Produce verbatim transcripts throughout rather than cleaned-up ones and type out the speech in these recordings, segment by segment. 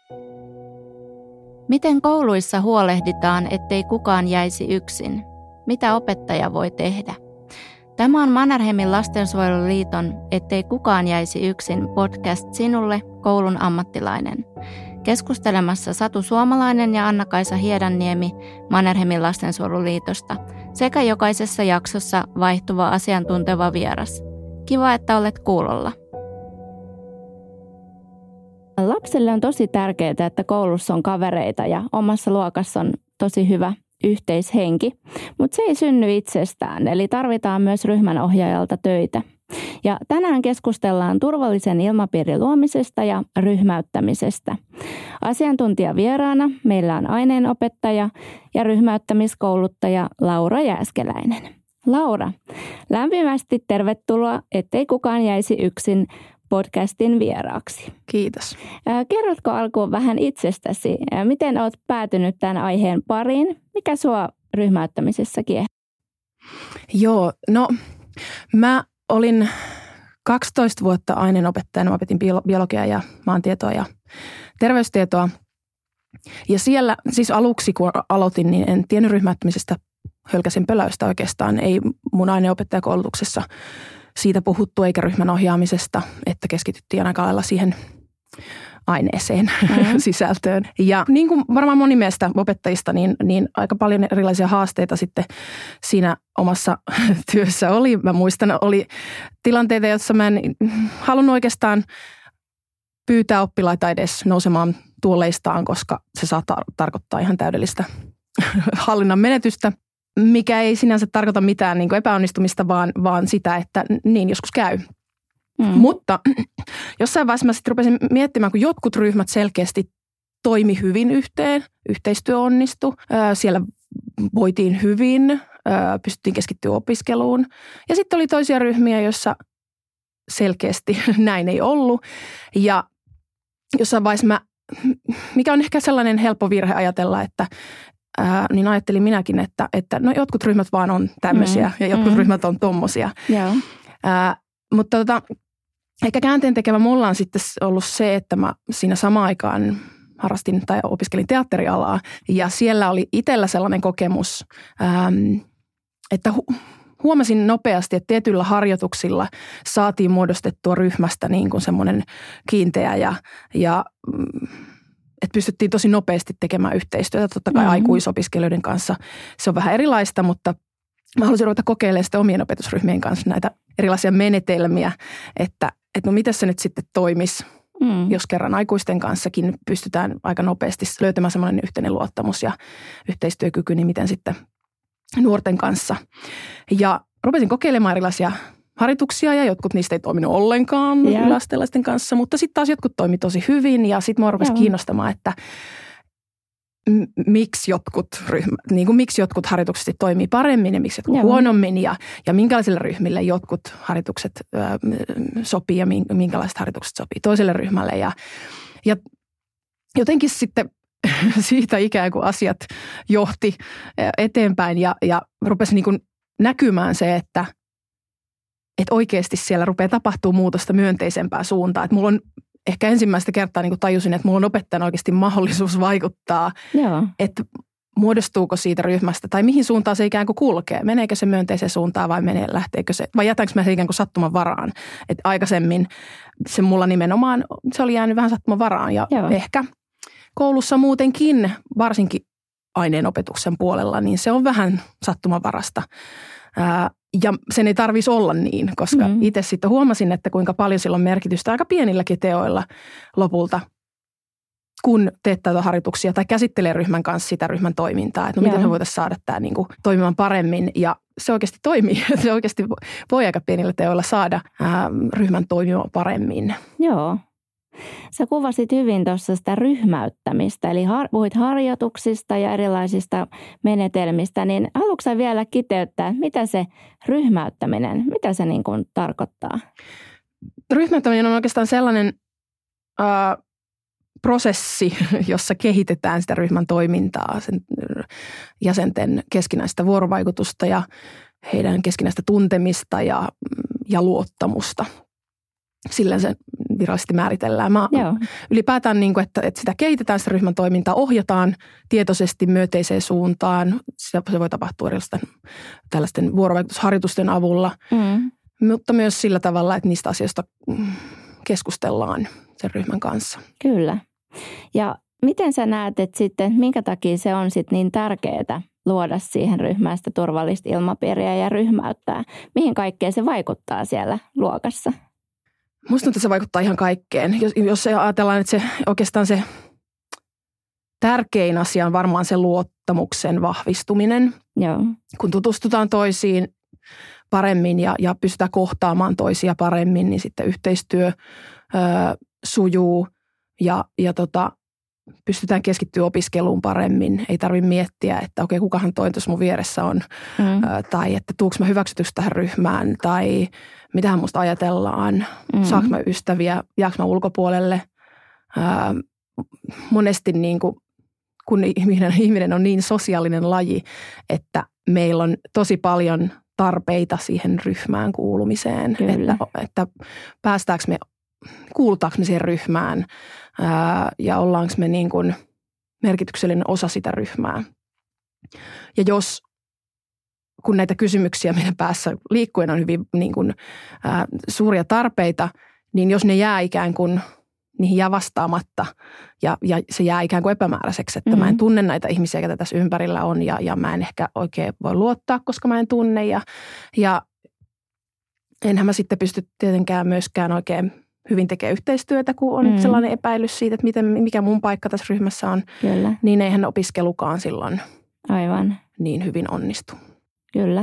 Miten kouluissa huolehditaan, ettei kukaan jäisi yksin? Mitä opettaja voi tehdä? Tämä on Mannerheimin Lastensuojeluliiton Ettei kukaan jäisi yksin podcast sinulle, koulun ammattilainen. Keskustelemassa Satu Suomalainen ja Anna-Kaisa Hiedanniemi Mannerheimin Lastensuojeluliitosta sekä jokaisessa jaksossa vaihtuva asiantunteva vieras. Kiva, että olet kuulolla. Lapselle on tosi tärkeää, että koulussa on kavereita ja omassa luokassa on tosi hyvä yhteishenki, mutta se ei synny itsestään, eli tarvitaan myös ryhmänohjaajalta töitä. Ja tänään keskustellaan turvallisen ilmapiirin luomisesta ja ryhmäyttämisestä. Asiantuntijavieraana meillä on aineenopettaja ja ryhmäyttämiskouluttaja Laura Jääskeläinen. Laura, lämpimästi tervetuloa, ettei kukaan jäisi yksin podcastin vieraaksi. Kiitos. Kerrotko alkuun vähän itsestäsi? Miten olet päätynyt tämän aiheen pariin? Mikä sua ryhmäyttämisessä kiehtoo? Joo, no mä olin kaksitoista vuotta aineenopettajana. Mä opetin biologiaa ja maantietoa ja terveystietoa. Ja siellä siis aluksi, kun aloitin, niin en tiennyt ryhmäyttämisestä, hölkäsin pöläystä oikeastaan. Ei mun aineenopettajakoulutuksessa siitä puhuttu eikä ryhmän ohjaamisesta, että keskityttiin aika lailla siihen aineeseen mm-hmm. sisältöön. Ja niin kuin varmaan moni meistä opettajista, niin, niin aika paljon erilaisia haasteita sitten siinä omassa työssä oli. Mä muistan, oli tilanteita, joissa mä en halunnut oikeastaan pyytää oppilaita edes nousemaan tuoleistaan, koska se saattaa tarkoittaa ihan täydellistä hallinnan menetystä. Mikä ei sinänsä tarkoita mitään niin kuin epäonnistumista, vaan, vaan sitä, että niin joskus käy. Mm. Mutta jossain vaiheessa mä sitten rupesin miettimään, kun jotkut ryhmät selkeästi toimi hyvin yhteen, yhteistyö onnistui, siellä voitiin hyvin, pystyttiin keskittyä opiskeluun. Ja sitten oli toisia ryhmiä, joissa selkeästi näin ei ollut. Ja jossain vaiheessa mä, mikä on ehkä sellainen helppo virhe ajatella, että Ää, niin ajattelin minäkin, että, että no jotkut ryhmät vaan on tämmöisiä mm, ja jotkut mm. ryhmät on tommosia. Yeah. Ää, mutta tota, ehkä käänteen tekevä mulla on sitten ollut se, että mä siinä samaan aikaan harrastin tai opiskelin teatterialaa ja siellä oli itsellä sellainen kokemus, ää, että hu- huomasin nopeasti, että tietyillä harjoituksilla saatiin muodostettua ryhmästä niin kuin semmoinen kiinteä ja, ja että pystyttiin tosi nopeasti tekemään yhteistyötä. Totta kai mm-hmm. aikuisopiskelijoiden kanssa se on vähän erilaista, mutta mä haluaisin ruveta kokeilemaan sitten omien opetusryhmien kanssa näitä erilaisia menetelmiä, että, että no miten se nyt sitten toimisi, mm. jos kerran aikuisten kanssakin pystytään aika nopeasti löytämään semmoinen yhteinen luottamus ja yhteistyökyky, niin miten sitten nuorten kanssa. Ja rupesin kokeilemaan erilaisia harjoituksia ja jotkut niistä ei toiminut ollenkaan yeah. lastenlaisten kanssa, mutta sitten taas jotkut toimi tosi hyvin ja sitten mua rupesi yeah. kiinnostamaan, että m- miksi jotkut ryhmät, niin kuin miksi jotkut harjoitukset toimii paremmin ja miksi jotkut yeah. huonommin ja, ja minkälaisille ryhmille jotkut harjoitukset ö, sopii ja minkälaiset harjoitukset sopii toiselle ryhmälle ja, ja jotenkin sitten siitä ikään kuin asiat johti eteenpäin ja, ja rupesi niin kuin näkymään se, että että oikeasti siellä rupeaa tapahtuu muutosta myönteisempään suuntaan. Että mulla on ehkä ensimmäistä kertaa niin kuin tajusin, että mulla on opettajana oikeasti mahdollisuus vaikuttaa, Joo. että muodostuuko siitä ryhmästä tai mihin suuntaan se ikään kuin kulkee. Meneekö se myönteiseen suuntaan vai menee, lähteekö se, vai jätänkö mä se ikään kuin sattuman varaan. Että aikaisemmin se mulla nimenomaan, se oli jäänyt vähän sattuman varaan ja Joo. ehkä koulussa muutenkin, varsinkin aineenopetuksen puolella, niin se on vähän sattuman varasta. Ää, Ja sen ei tarvitsisi olla niin, koska mm. itse sitten huomasin, että kuinka paljon sillä on merkitystä aika pienilläkin teoilla lopulta, kun teet tätä harjoituksia tai käsittelee ryhmän kanssa sitä ryhmän toimintaa. Että no miten me voitaisiin saada tämä niin kuin toimimaan paremmin ja se oikeasti toimii. Se oikeasti voi aika pienillä teoilla saada ää, ryhmän toimimaan paremmin. Joo. Sä kuvasit hyvin tuossa sitä ryhmäyttämistä, eli har- puhuit harjoituksista ja erilaisista menetelmistä, niin haluatko sä vielä kiteyttää, mitä se ryhmäyttäminen, mitä se niin kuin tarkoittaa? Ryhmäyttäminen on oikeastaan sellainen äh, prosessi, jossa kehitetään sitä ryhmän toimintaa, sen jäsenten keskinäistä vuorovaikutusta ja heidän keskinäistä tuntemista ja, ja luottamusta. silleen se virallisesti määritellään. Mä ylipäätään, niin kuin, että, että sitä kehitetään, sitä ryhmän toimintaa ohjataan tietoisesti myönteiseen suuntaan. Se, se voi tapahtua erilaisten tällaisten vuorovaikutusharjoitusten avulla, mm. mutta myös sillä tavalla, että niistä asioista keskustellaan sen ryhmän kanssa. Kyllä. Ja miten sä näet, että sitten, minkä takia se on sitten niin tärkeää luoda siihen ryhmään sitä turvallista ilmapiiriä ja ryhmäyttää? Mihin kaikkeen se vaikuttaa siellä luokassa? Musta tuntuu, että se vaikuttaa ihan kaikkeen. Jos, jos ajatellaan, että se oikeastaan se tärkein asia on varmaan se luottamuksen vahvistuminen. Joo. Kun tutustutaan toisiin paremmin ja, ja pystytään kohtaamaan toisia paremmin, niin sitten yhteistyö ö, sujuu ja, ja tota, pystytään keskittyä opiskeluun paremmin. Ei tarvitse miettiä, että okei, kukahan toi tuossa mun vieressä on, mm. ö, tai että tuuks mä hyväksytyksi tähän ryhmään, tai mitähän musta ajatellaan, mm. saanko mä ystäviä, jääkö mä ulkopuolelle. Ö, monesti niin kuin, kun ihminen, ihminen on niin sosiaalinen laji, että meillä on tosi paljon tarpeita siihen ryhmään kuulumiseen, että, että päästäänkö me, kuulutaanko me siihen ryhmään ää, ja ollaanko me niin kuin merkityksellinen osa sitä ryhmää. Ja jos, kun näitä kysymyksiä meidän päässä liikkuen on hyvin niin kuin, ää, suuria tarpeita, niin jos ne jää ikään kuin, niihin jää vastaamatta ja, ja se jää ikään kuin epämääräiseksi, että mm-hmm. mä en tunne näitä ihmisiä, joita tässä ympärillä on ja, ja mä en ehkä oikein voi luottaa, koska mä en tunne ja, ja enhän mä sitten pysty tietenkään myöskään oikein hyvin tekemään yhteistyötä, kun on mm-hmm. sellainen epäilys siitä, että miten, mikä mun paikka tässä ryhmässä on. Kyllä. Niin eihän opiskelukaan silloin Aivan. niin hyvin onnistu. Kyllä.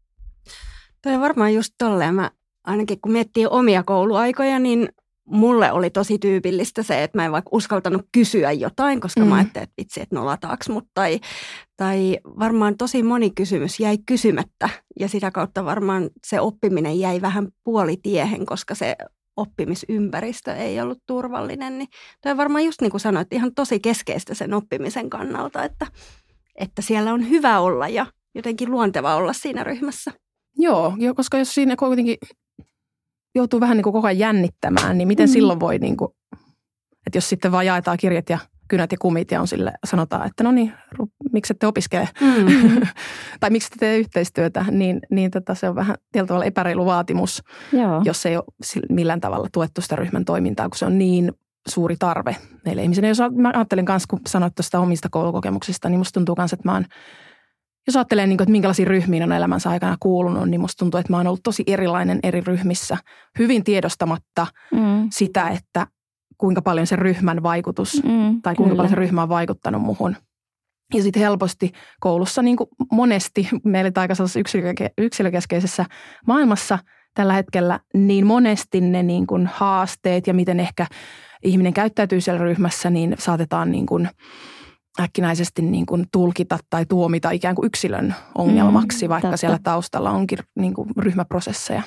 Toi on varmaan just tolleen. Mä ainakin kun miettii omia kouluaikoja, niin mulle oli tosi tyypillistä se, että mä en vaikka uskaltanut kysyä jotain, koska mm. mä ajattelin, että vitsi, että nolataaks mut. Tai, tai varmaan tosi moni kysymys jäi kysymättä ja sitä kautta varmaan se oppiminen jäi vähän puolitiehen, koska se oppimisympäristö ei ollut turvallinen. Niin toi on varmaan just niin kuin sanoit, ihan tosi keskeistä sen oppimisen kannalta, että, että siellä on hyvä olla ja jotenkin luonteva olla siinä ryhmässä. Joo, koska jos siinä kuitenkin joutuu vähän niin kuin koko ajan jännittämään, niin miten mm. silloin voi, niin kuin, että jos sitten vaan jaetaan kirjat ja kynät ja kumit ja on sille, sanotaan, että no niin, miksi ette opiskele mm. tai miksi te tee yhteistyötä, niin, niin tota, se on vähän tietyllä tavalla epäreilu vaatimus, Joo. jos ei ole millään tavalla tuettu sitä ryhmän toimintaa, kun se on niin suuri tarve meille ihmisille. Jos mä ajattelen kanssa, kun sanoit tuosta omista koulukokemuksista, niin musta tuntuu myös, että mä oon, jos ajattelee, niin kuin, että minkälaisiin ryhmiin on elämänsä aikana kuulunut, niin musta tuntuu, että mä oon ollut tosi erilainen eri ryhmissä, hyvin tiedostamatta mm. sitä, että kuinka paljon se ryhmän vaikutus mm, tai kuinka kyllä. paljon se ryhmä on vaikuttanut muhun. Ja sitten helposti koulussa niin kuin monesti, meillä aika sellaisessa yksilökeskeisessä maailmassa tällä hetkellä, niin monesti ne niin kuin haasteet ja miten ehkä ihminen käyttäytyy siellä ryhmässä, niin saatetaan niin kuin äkkinäisesti niin kuin tulkita tai tuomita ikään kuin yksilön ongelmaksi, mm, vaikka totta. Siellä taustalla onkin niin kuin ryhmäprosesseja.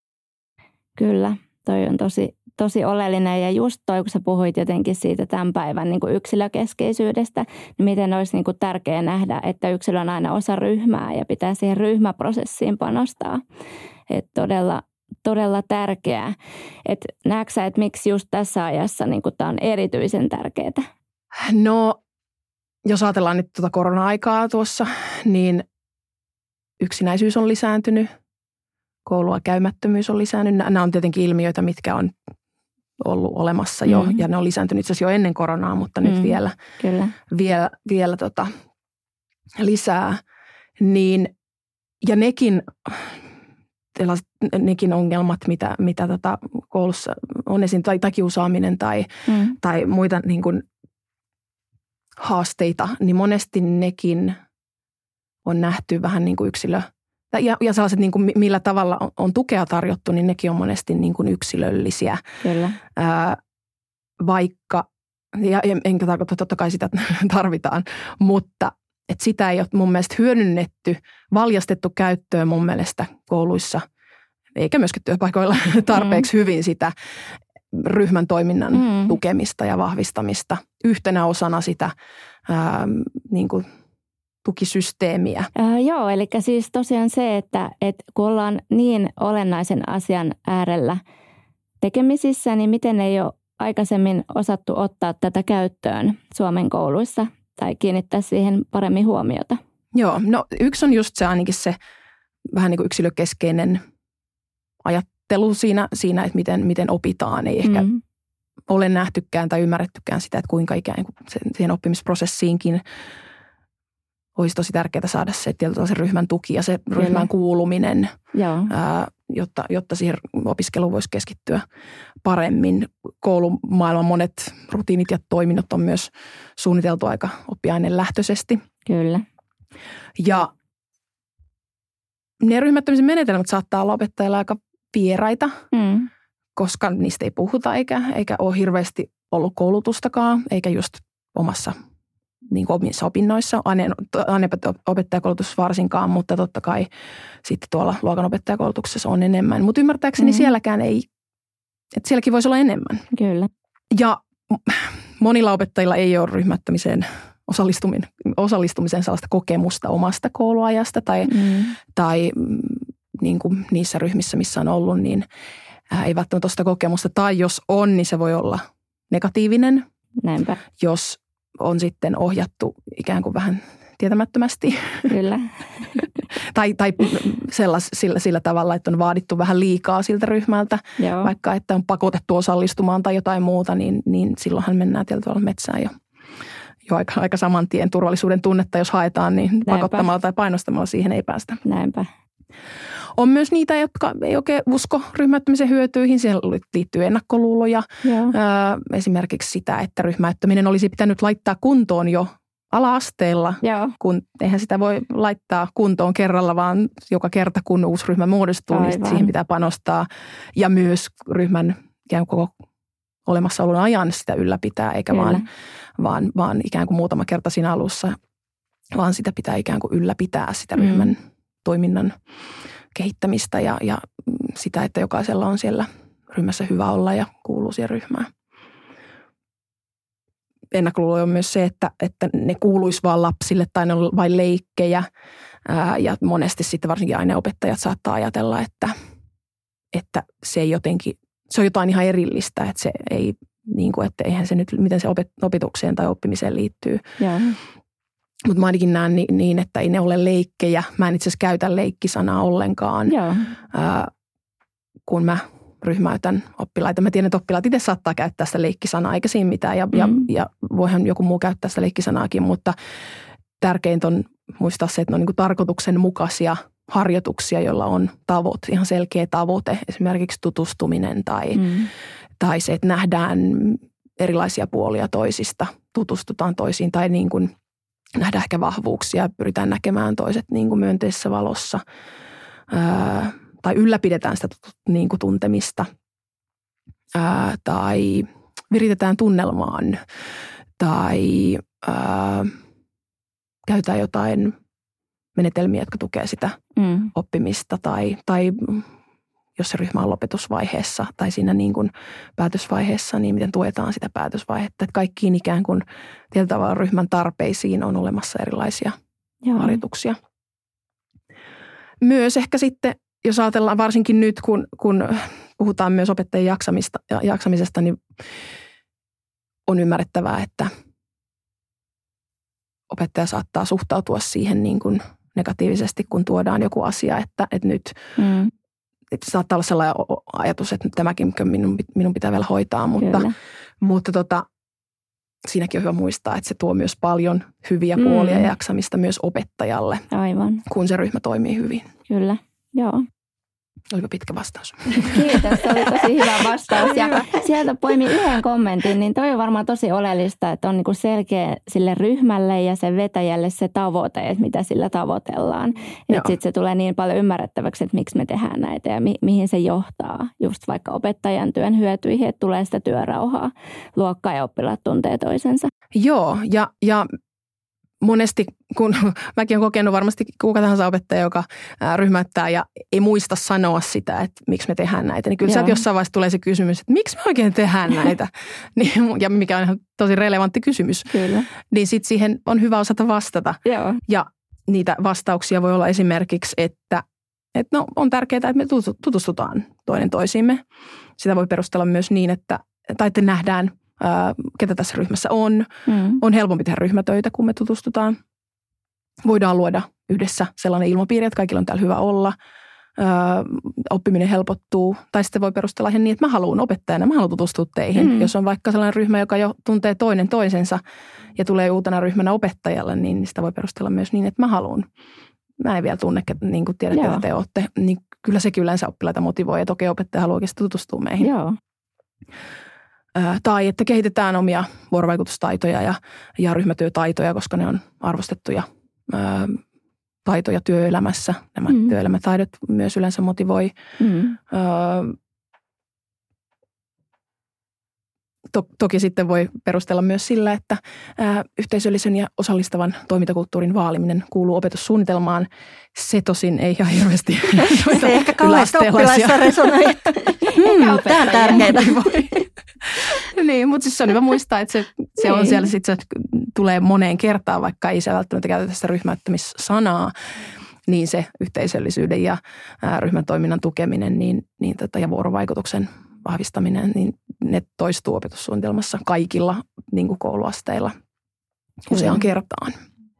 Kyllä, toi on tosi, tosi oleellinen ja just toi, kun sä puhuit jotenkin siitä tämän päivän niin kuin yksilökeskeisyydestä, niin miten olisi niin kuin tärkeää nähdä, että yksilö on aina osa ryhmää ja pitää siihen ryhmäprosessiin panostaa. Että todella, todella tärkeää. Että näetkö sä, että miksi just tässä ajassa niin kuin tämä on erityisen tärkeää? No, jos ajatellaan nyt tuota korona-aikaa tuossa, niin yksinäisyys on lisääntynyt, koulua käymättömyys on lisääntynyt. Nämä on tietenkin ilmiöitä, mitkä on ollut olemassa jo mm-hmm. ja ne on lisääntynyt itse asiassa jo ennen koronaa, mutta nyt mm, vielä, kyllä. vielä, vielä tota lisää. Niin, ja nekin, nekin ongelmat, mitä, mitä tota koulussa on esiin, tai, tai kiusaaminen tai, mm. tai muita niin kuin haasteita, niin monesti nekin on nähty vähän niin kuin yksilö. Ja, ja sellaiset, niin kuin millä tavalla on, on tukea tarjottu, niin nekin on monesti niin kuin yksilöllisiä. Kyllä. Ää, vaikka, ja enkä tarkoita, totta kai sitä tarvitaan, mutta että sitä ei ole mun mielestä hyödynnetty, valjastettu käyttöön mun mielestä kouluissa, eikä myöskään työpaikoilla tarpeeksi mm. hyvin sitä ryhmän toiminnan mm. tukemista ja vahvistamista yhtenä osana sitä ää, niin kuin tukisysteemiä. Äh, joo, eli siis tosiaan se, että, että kun ollaan niin olennaisen asian äärellä tekemisissä, niin miten ei ole aikaisemmin osattu ottaa tätä käyttöön Suomen kouluissa tai kiinnittää siihen paremmin huomiota? Joo, no yksi on just se ainakin se vähän niin kuin yksilökeskeinen ajattelu siinä, siinä että miten, miten opitaan. Ei ehkä mm-hmm. ole nähtykään tai ymmärrettykään sitä, että kuinka ikään kuin siihen oppimisprosessiinkin olisi tosi tärkeää saada se tietyllä se ryhmän tuki ja se Kyllä. ryhmän kuuluminen, ää, jotta, jotta siihen opiskeluun voisi keskittyä paremmin. Koulumaailman monet rutiinit ja toiminnot on myös suunniteltu aika oppiainelähtöisesti. Kyllä. Ja ne ryhmättämisen menetelmät saattaa olla opettajilla aika vieraita, mm. koska niistä ei puhuta eikä, eikä ole hirveästi ollut koulutustakaan, eikä just omassa niin kuin omissa opinnoissa, aineopettajakoulutuksessa varsinkaan, mutta totta kai sitten tuolla luokanopettajakoulutuksessa on enemmän. Mutta ymmärtääkseni mm. sielläkään ei, että sielläkin voisi olla enemmän. Kyllä. Ja monilla opettajilla ei ole ryhmättämiseen osallistumisen, osallistumisen sellaista kokemusta omasta kouluajasta tai, mm. tai niin kuin niissä ryhmissä, missä on ollut, niin ei välttämättä tuosta kokemusta. Tai jos on, niin se voi olla negatiivinen. Näinpä. Jos on sitten ohjattu ikään kuin vähän tietämättömästi. Kyllä. tai tai sellas, sillä, sillä tavalla, että on vaadittu vähän liikaa siltä ryhmältä. Joo. Vaikka että on pakotettu osallistumaan tai jotain muuta, niin, niin silloinhan mennään tietyllä tavalla metsään jo. Jo aika, aika saman tien turvallisuuden tunnetta, jos haetaan, niin Näinpä. pakottamalla tai painostamalla siihen ei päästä. Näinpä. On myös niitä, jotka ei oikein usko ryhmäyttämisen hyötyihin. Siihen liittyy ennakkoluuloja. Joo. Esimerkiksi sitä, että ryhmäyttäminen olisi pitänyt laittaa kuntoon jo ala-asteella, Joo. kun eihän sitä voi laittaa kuntoon kerralla, vaan joka kerta, kun uusi ryhmä muodostuu, Aivan. niin siihen pitää panostaa. Ja myös ryhmän ikään kuin koko olemassaolon ajan sitä ylläpitää, eikä vaan, vaan, vaan ikään kuin muutama kerta siinä alussa, vaan sitä pitää ikään kuin ylläpitää sitä mm. ryhmän toiminnan kehittämistä ja, ja sitä, että jokaisella on siellä ryhmässä hyvä olla ja kuuluu siihen ryhmään. Ennakkoluulo on myös se, että, että ne kuuluisi vaan lapsille tai ne on vain leikkejä. Ää, ja monesti sitten varsinkin aineopettajat saattaa ajatella, että, että se ei jotenkin, se on jotain ihan erillistä, että se ei, niin kuin, että eihän se nyt, miten se opetukseen tai oppimiseen liittyy. Jaa. Mutta mä ainakin näen niin, että ei ne ole leikkejä. Mä en itse asiassa käytä leikkisanaa ollenkaan, ää, kun mä ryhmäytän oppilaita. Mä tiedän, että oppilaat itse saattaa käyttää sitä leikkisanaa, eikä siinä mitään. Ja, mm. ja, ja voihan joku muu käyttää sitä leikkisanaakin, mutta tärkeintä on muistaa se, että ne on niin kuin tarkoituksenmukaisia harjoituksia, joilla on tavoite, ihan selkeä tavoite. Esimerkiksi tutustuminen tai, mm. tai se, että nähdään erilaisia puolia toisista, tutustutaan toisiin tai niin kuin nähdään ehkä vahvuuksia, pyritään näkemään toiset niin kuin myönteisessä valossa ää, tai ylläpidetään sitä niin kuin tuntemista ää, tai viritetään tunnelmaan tai ää, käytetään jotain menetelmiä, jotka tukee sitä mm. oppimista tai, tai jos se ryhmä on lopetusvaiheessa tai siinä niin kuin päätösvaiheessa, niin miten tuetaan sitä päätösvaihetta. Että kaikkiin ikään kuin tietyllä tavalla ryhmän tarpeisiin on olemassa erilaisia Joo. harjoituksia. Myös ehkä sitten, jos ajatellaan varsinkin nyt, kun, kun puhutaan myös opettajien jaksamista, jaksamisesta, niin on ymmärrettävää, että opettaja saattaa suhtautua siihen niin kuin negatiivisesti, kun tuodaan joku asia, että, että nyt mm. että saattaa olla sellainen ajatus, että tämäkin minun, minun pitää vielä hoitaa, mutta, mutta tota, siinäkin on hyvä muistaa, että se tuo myös paljon hyviä mm. puolia ja jaksamista myös opettajalle, Aivan. kun se ryhmä toimii hyvin. Kyllä, joo. Olipa pitkä vastaus. Kiitos, se oli tosi hyvä vastaus. Ja sieltä poimi yhden kommentin, niin toi on varmaan tosi oleellista, että on niinku selkeä sille ryhmälle ja sen vetäjälle se tavoite, että mitä sillä tavoitellaan. Että sitten se tulee niin paljon ymmärrettäväksi, että miksi me tehdään näitä ja mi- mihin se johtaa. Just vaikka opettajan työn hyötyihin, että tulee sitä työrauhaa. Luokka ja oppilaat tuntee toisensa. Joo, ja, ja monesti, kun mäkin olen kokenut varmasti kuka tahansa opettaja, joka ryhmäyttää ja ei muista sanoa sitä, että miksi me tehdään näitä. Niin kyllä sieltä jossain vaiheessa tulee se kysymys, että miksi me oikein tehdään näitä, niin, ja mikä on ihan tosi relevantti kysymys. Kyllä. Niin sitten siihen on hyvä osata vastata. Joo. Ja niitä vastauksia voi olla esimerkiksi, että, että no, on tärkeää, että me tutustutaan toinen toisiimme. Sitä voi perustella myös niin, että, tai että nähdään, ää, ketä tässä ryhmässä on. Mm. On helpompi tehdä ryhmätöitä, kun me tutustutaan. Voidaan luoda yhdessä sellainen ilmapiiri, että kaikilla on täällä hyvä olla. Öö, oppiminen helpottuu. Tai sitten voi perustella ihan niin, että mä haluan opettajana, mä haluan tutustua teihin. Mm. Jos on vaikka sellainen ryhmä, joka jo tuntee toinen toisensa ja tulee uutena ryhmänä opettajalle, niin sitä voi perustella myös niin, että mä haluan. Mä en vielä tunne, niin kuin tiedät, ketä te olette. Niin kyllä sekin yleensä oppilaita motivoi, että okei, opettaja haluaa oikeasti tutustua meihin. Joo. Öö, tai että kehitetään omia vuorovaikutustaitoja ja, ja ryhmätyötaitoja, koska ne on arvostettuja öö, taitoja työelämässä. Nämä mm. työelämätaidot myös yleensä motivoi. Mm. Öö, to, toki sitten voi perustella myös sillä, että ää, yhteisöllisen ja osallistavan toimintakulttuurin vaaliminen kuuluu opetussuunnitelmaan. Se tosin ei ihan hirveästi. Se ei ehkä kauheasti oppilaissa resonoi. hmm, Tämä on tärkeää. Niin, mutta siis se on hyvä muistaa, että se, se on siellä sitten, se tulee moneen kertaan, vaikka ei se välttämättä käytetä sitä ryhmäyttämissanaa, niin se yhteisöllisyyden ja ää, ryhmän toiminnan tukeminen niin, niin tota, ja vuorovaikutuksen vahvistaminen, niin ne toistuu opetussuunnitelmassa kaikilla niin kuin kouluasteilla useaan kertaan.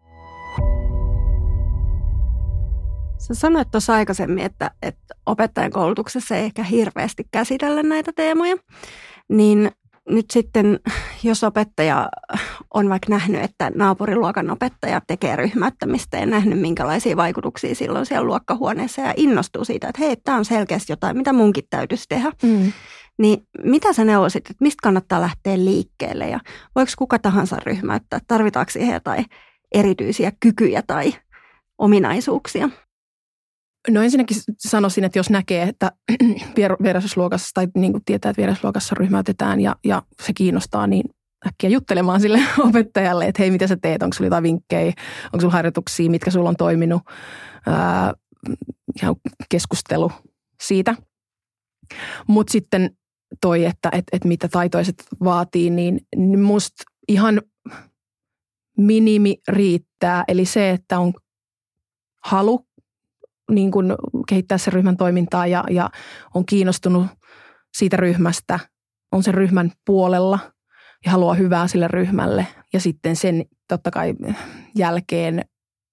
Sä sanoit tuossa aikaisemmin, että, että opettajan koulutuksessa ei ehkä hirveästi käsitellä näitä teemoja, niin nyt sitten, jos opettaja on vaikka nähnyt, että naapuriluokan opettaja tekee ryhmäyttämistä ja nähnyt, minkälaisia vaikutuksia silloin siellä luokkahuoneessa ja innostuu siitä, että hei, tämä on selkeästi jotain, mitä munkin täytyisi tehdä, mm. niin mitä sä neuvosit, että mistä kannattaa lähteä liikkeelle ja voiko kuka tahansa ryhmäyttää, tarvitaanko siihen jotain erityisiä kykyjä tai ominaisuuksia? No ensinnäkin sanoisin, että jos näkee, että vierasluokassa tai niin kuin tietää, että vierasluokassa ryhmäytetään ja, ja se kiinnostaa, niin äkkiä juttelemaan sille opettajalle, että hei, mitä sä teet, onko sulla jotain vinkkejä, onko sulla harjoituksia, mitkä sulla on toiminut, ää, ja keskustelu siitä. Mutta sitten toi, että et, et mitä taitoiset vaatii, niin, niin musta ihan minimi riittää, eli se, että on halu niin kuin kehittää sen ryhmän toimintaa ja, ja on kiinnostunut siitä ryhmästä, on sen ryhmän puolella ja haluaa hyvää sille ryhmälle. Ja sitten sen totta kai jälkeen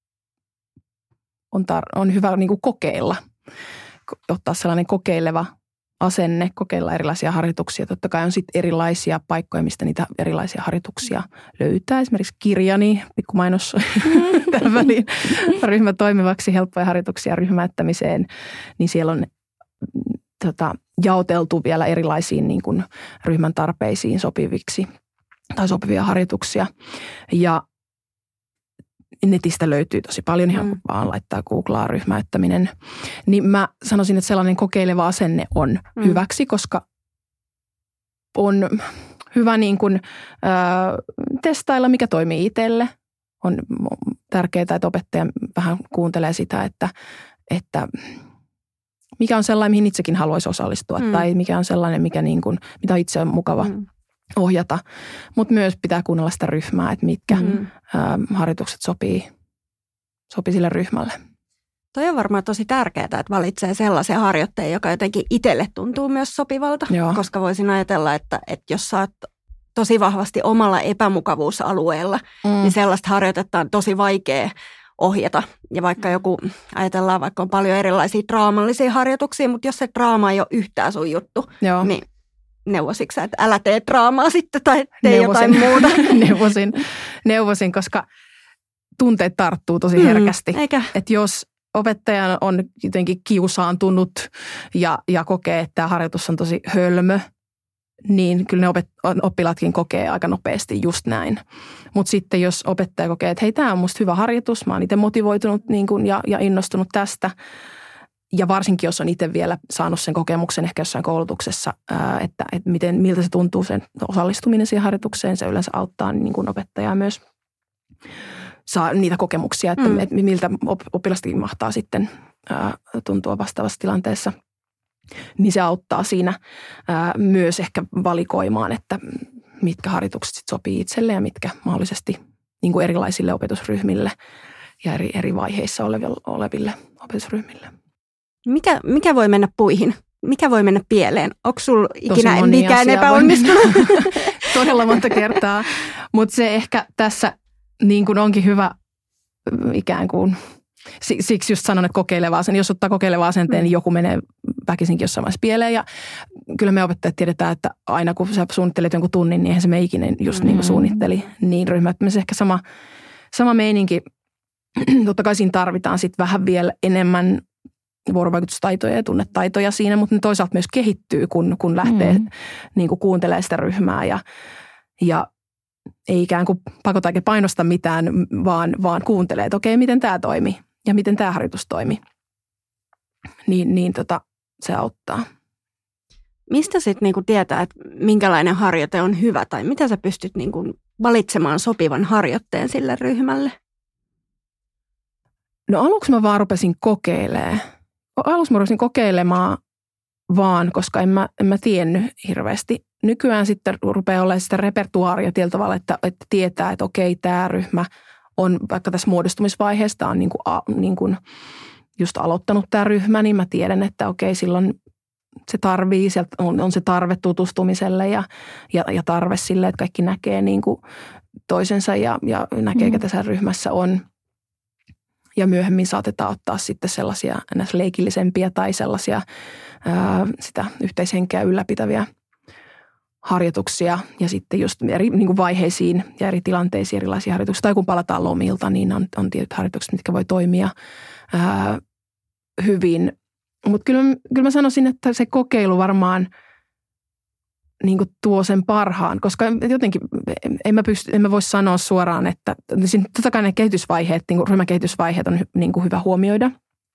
on, tar- on hyvä niin kuin kokeilla, ottaa sellainen kokeileva asenne, kokeilla erilaisia harjoituksia. Totta kai on sitten erilaisia paikkoja, mistä niitä erilaisia harjoituksia löytää. Esimerkiksi kirjani, pikkumainos tämän väliin, ryhmä toimivaksi, helppoja harjoituksia ryhmäyttämiseen, niin siellä on tota, jaoteltu vielä erilaisiin niin kuin ryhmän tarpeisiin sopiviksi tai sopivia harjoituksia. Ja netistä löytyy tosi paljon, ihan mm. vaan laittaa googlaa ryhmäyttäminen. Niin mä sanoisin, että sellainen kokeileva asenne on mm. hyväksi, koska on hyvä niin kuin, äh, testailla, mikä toimii itselle. On tärkeää, että opettaja vähän kuuntelee sitä, että, että mikä on sellainen, mihin itsekin haluaisi osallistua, mm. tai mikä on sellainen, mikä niin kuin, mitä itse on mukava mm. ohjata. Mutta myös pitää kuunnella sitä ryhmää, että mitkä mm. ä, harjoitukset sopii, sopii sille ryhmälle. Toi on varmaan tosi tärkeää, että valitsee sellaisen harjoitteen, joka jotenkin itselle tuntuu myös sopivalta. Joo. Koska voisin ajatella, että, että jos sä oot tosi vahvasti omalla epämukavuusalueella, mm. niin sellaista harjoitetta on tosi vaikea ohjata. Ja vaikka joku, ajatellaan, vaikka on paljon erilaisia draamallisia harjoituksia, mutta jos se draama ei ole yhtään sun juttu, Joo. niin neuvositko sä, että älä tee draamaa sitten tai tee neuvosin. Jotain muuta? neuvosin, neuvosin, koska tunteet tarttuu tosi herkästi. Mm, että jos opettaja on jotenkin kiusaantunut ja, ja kokee, että tämä harjoitus on tosi hölmö, niin kyllä ne opet, oppilaatkin kokee aika nopeasti just näin. Mutta sitten jos opettaja kokee, että hei, tämä on musta hyvä harjoitus, mä oon itse motivoitunut niin kun, ja, ja innostunut tästä, ja varsinkin, jos on itse vielä saanut sen kokemuksen ehkä jossain koulutuksessa, ää, että, että miten, miltä se tuntuu sen osallistuminen siihen harjoitukseen, se yleensä auttaa niin kuin opettajaa myös saa niitä kokemuksia, että, mm. että miltä oppilastakin mahtaa sitten ää, tuntua vastaavassa tilanteessa. Niin se auttaa siinä ää, myös ehkä valikoimaan, että mitkä harjoitukset sit sopii itselle ja mitkä mahdollisesti niin kuin erilaisille opetusryhmille ja eri, eri vaiheissa oleville, oleville opetusryhmille. Mikä, mikä voi mennä puihin mikä voi mennä pieleen? Onko sulla ikinä mikään epäonnistunut? Todella monta kertaa, mutta se ehkä tässä niin kuin onkin hyvä ikään kuin, siksi just sanon, että kokeilevaa sen. Jos ottaa kokeilevaa asenteen, niin joku menee väkisinkin jossain vaiheessa pieleen. Ja kyllä me opettajat tiedetään, että aina kun sä suunnittelet jonkun tunnin, niin eihän se me ikinä just niin kuin suunnitteli niin ryhmä. Että se ehkä sama, sama meininki. Totta kai siinä tarvitaan sitten vähän vielä enemmän vuorovaikutustaitoja ja tunnetaitoja siinä, mutta ne toisaalta myös kehittyy, kun, kun lähtee mm. niin kuin kuuntelemaan sitä ryhmää ja, ja ei ikään kuin pakota eikä painosta mitään, vaan, vaan kuuntelee, että okei, miten tämä toimi ja miten tämä harjoitus toimi. Niin, niin tota, se auttaa. Mistä sitten niinku tietää, että minkälainen harjoite on hyvä tai mitä sä pystyt niinku valitsemaan sopivan harjoitteen sille ryhmälle? No aluksi mä vaan rupesin kokeilemaan. Aluksi mä rupesin kokeilemaan vaan, koska en mä, en mä tiennyt hirveästi. Nykyään sitten rupeaa olemaan sitä repertuaaria tietyllä tavalla, että, että tietää, että okei, tämä ryhmä on vaikka tässä muodostumisvaiheessa on niin kuin, a, niin kuin just aloittanut tämä ryhmä, niin mä tiedän, että okei, silloin se tarvii, sieltä on, on se tarve tutustumiselle ja, ja, ja tarve sille, että kaikki näkee niin kuin toisensa ja, ja näkee, mm. ketä tässä ryhmässä on. Ja myöhemmin saatetaan ottaa sitten sellaisia ns. Leikillisempiä tai sellaisia ää, sitä yhteishenkeä ylläpitäviä harjoituksia. Ja sitten just eri niin kuin vaiheisiin ja eri tilanteisiin erilaisia harjoituksia. Tai kun palataan lomilta, niin on, on tietyt harjoitukset, mitkä voi toimia ää, hyvin. Mutta kyllä, kyllä mä sanoisin, että se kokeilu varmaan niin kuin tuo sen parhaan, koska jotenkin en mä, pysty, en mä voi sanoa suoraan, että totta kai ne kehitysvaiheet, niin kuin ryhmäkehitysvaiheet on niin kuin hyvä huomioida,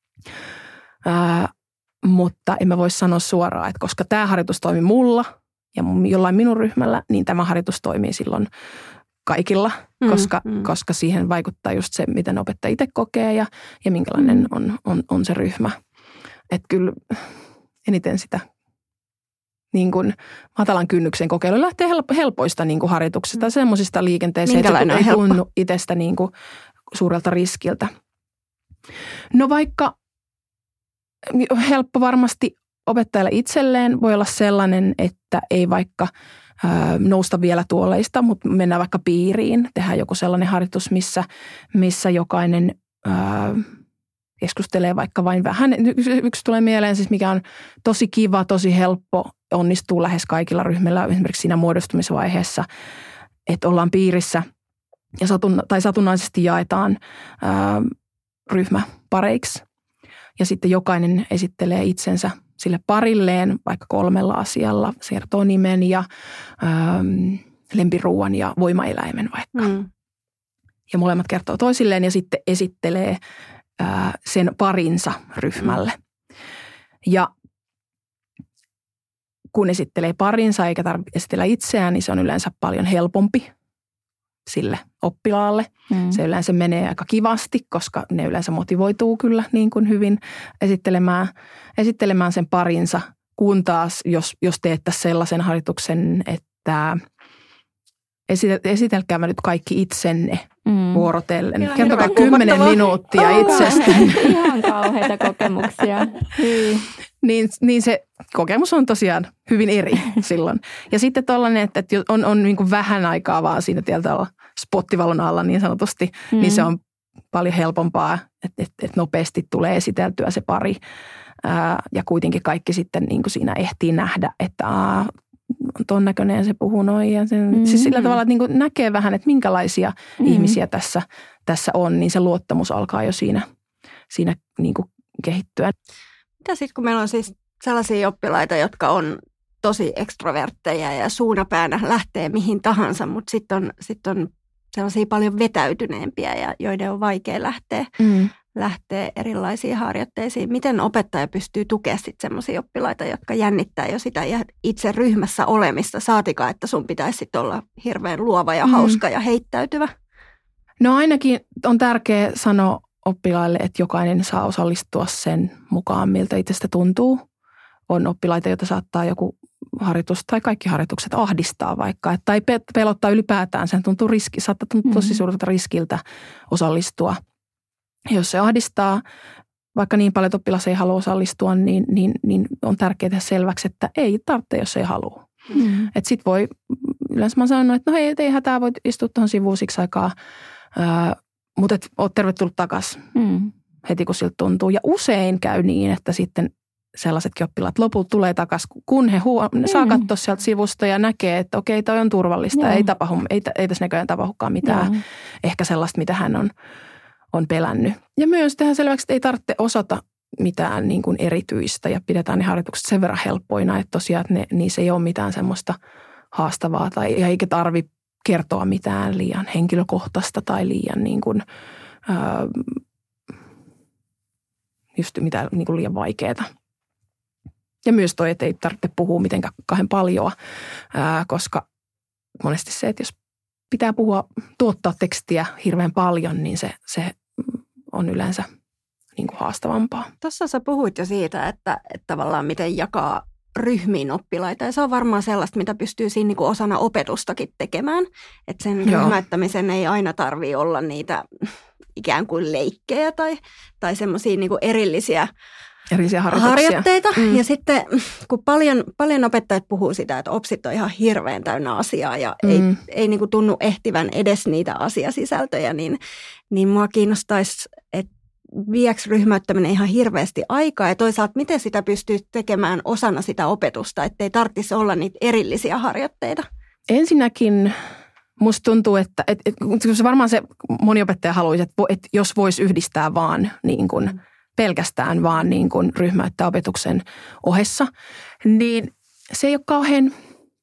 Ää, mutta en mä voi sanoa suoraan, että koska tämä harjoitus toimi mulla ja jollain minun ryhmällä, niin tämä harjoitus toimii silloin kaikilla, mm, koska, mm. koska siihen vaikuttaa just se, miten opettaja itse kokee ja, ja minkälainen mm. on, on, on se ryhmä. Että kyllä eniten sitä niin kuin matalan kynnyksen kokeilu lähtee helpoista niin kuin harjoituksista, mm. semmoisista liikenteistä, että se ei tunnu itsestä niin kuin suurelta riskiltä. No vaikka helppo varmasti opettajalle itselleen voi olla sellainen, että ei vaikka ö, nousta vielä tuoleista, mutta mennään vaikka piiriin. Tehdään joku sellainen harjoitus, missä, missä jokainen ö, keskustelee vaikka vain vähän. Yksi tulee mieleen siis, mikä on tosi kiva, tosi helppo, onnistuu lähes kaikilla ryhmillä, esimerkiksi siinä muodostumisvaiheessa, että ollaan piirissä ja satun, tai satunnaisesti jaetaan ö, ryhmä pareiksi. Ja sitten jokainen esittelee itsensä sille parilleen vaikka kolmella asialla. Se kertoo nimen ja ähm, lempiruuan ja voimaeläimen vaikka. Mm. Ja molemmat kertoo toisilleen ja sitten esittelee äh, sen parinsa ryhmälle. Mm. Ja kun esittelee parinsa eikä tarvitse esitellä itseään, niin se on yleensä paljon helpompi sille oppilaalle. Mm. Se yleensä menee aika kivasti, koska ne yleensä motivoituu kyllä niin kuin hyvin esittelemään, esittelemään sen parinsa. Kun taas, jos, jos teettäisiin sellaisen harjoituksen, että esitelkäämme nyt kaikki itsenne mm. vuorotellen. Ihan kertokaa kymmenen minuuttia oh, itsestä. Ihan kauheita kokemuksia. Niin, niin se kokemus on tosiaan hyvin eri silloin. Ja sitten tollainen, että on, on niin kuin vähän aikaa vaan siinä tieltä spottivalon alla niin sanotusti, mm. niin se on paljon helpompaa, että, että, että nopeasti tulee esiteltyä se pari. Ää, ja kuitenkin kaikki sitten niin kuin siinä ehtii nähdä, että aa, ton näköinen se puhuu noin. Ja sen, mm. siis sillä tavalla, että niin kuin näkee vähän, että minkälaisia mm. ihmisiä tässä, tässä on, niin se luottamus alkaa jo siinä, siinä niin kuin kehittyä. Mitä sitten, kun meillä on siis sellaisia oppilaita, jotka on tosi ekstrovertteja ja suunapäänä lähtee mihin tahansa, mutta sitten on, sit on sellaisia paljon vetäytyneempiä, ja joiden on vaikea lähteä, mm. lähteä erilaisiin harjoitteisiin. Miten opettaja pystyy tukemaan sitten sellaisia oppilaita, jotka jännittää jo sitä itse ryhmässä olemista, saatikaan, että sun pitäisi sitten olla hirveän luova ja mm. hauska ja heittäytyvä? No ainakin on tärkeää sanoa oppilaille, että jokainen saa osallistua sen mukaan, miltä itsestä tuntuu. On oppilaita, joita saattaa joku harjoitus tai kaikki harjoitukset ahdistaa vaikka, tai pelottaa ylipäätään. Sen tuntuu riski, saattaa tuntua tosi suurelta riskiltä osallistua. Jos se ahdistaa, vaikka niin paljon, että oppilas ei halua osallistua, niin, niin, niin on tärkeää tehdä selväksi, että ei tarvitse, jos ei halua. Mm. Että sit voi, yleensä mä sanon, että no hei, ei hätää, voit istua tuohon sivuun siksi aikaa, äh, mutta et oot tervetullut takaisin mm. heti, kun siltä tuntuu. Ja usein käy niin, että sitten sellaisetkin oppilaat lopulta tulee takaisin, kun he huo- mm. saa katsoa sieltä sivusta ja näkee, että okei, toi on turvallista, ei, tapahdu, ei, ei tässä näköjään tapahdukaan mitään, Joo. ehkä sellaista, mitä hän on, on pelännyt. Ja myös tehdään selväksi, että ei tarvitse osata mitään niin kuin erityistä ja pidetään ne harjoitukset sen verran helppoina, että tosiaan että ne, niissä ei ole mitään semmoista haastavaa tai eikä tarvitse kertoa mitään liian henkilökohtaista tai liian niin kuin, ää, just mitään niin kuin liian vaikeaa. Ja myös toi, että ei tarvitse puhua mitenkään kahden paljon, ää, koska monesti se, että jos pitää puhua, tuottaa tekstiä hirveän paljon, niin se, se on yleensä niin kuin haastavampaa. Tuossa sä puhuit jo siitä, että, että tavallaan miten jakaa ryhmiin oppilaita. Ja se on varmaan sellaista, mitä pystyy siinä niin kuin osana opetustakin tekemään. Että sen Joo. ryhmäyttämisen ei aina tarvitse olla niitä ikään kuin leikkejä tai, tai semmoisia niin kuin erillisiä Erillisiä harjoitteita. Mm. Ja sitten kun paljon, paljon opettajat puhuu sitä, että opsit on ihan hirveän täynnä asiaa ja mm. ei, ei niin kuin tunnu ehtivän edes niitä asiasisältöjä, niin, niin mua kiinnostaisi, että vieks ryhmäyttäminen ihan hirveästi aikaa ja toisaalta miten sitä pystyy tekemään osana sitä opetusta, ettei tarvitsisi olla niitä erillisiä harjoitteita? Ensinnäkin musta tuntuu, että et, et, se varmaan se moni opettaja haluaisi, että, että jos voisi yhdistää vaan niin kuin mm. pelkästään vaan niin kuin ryhmäyttää opetuksen ohessa, niin se ei ole kauhean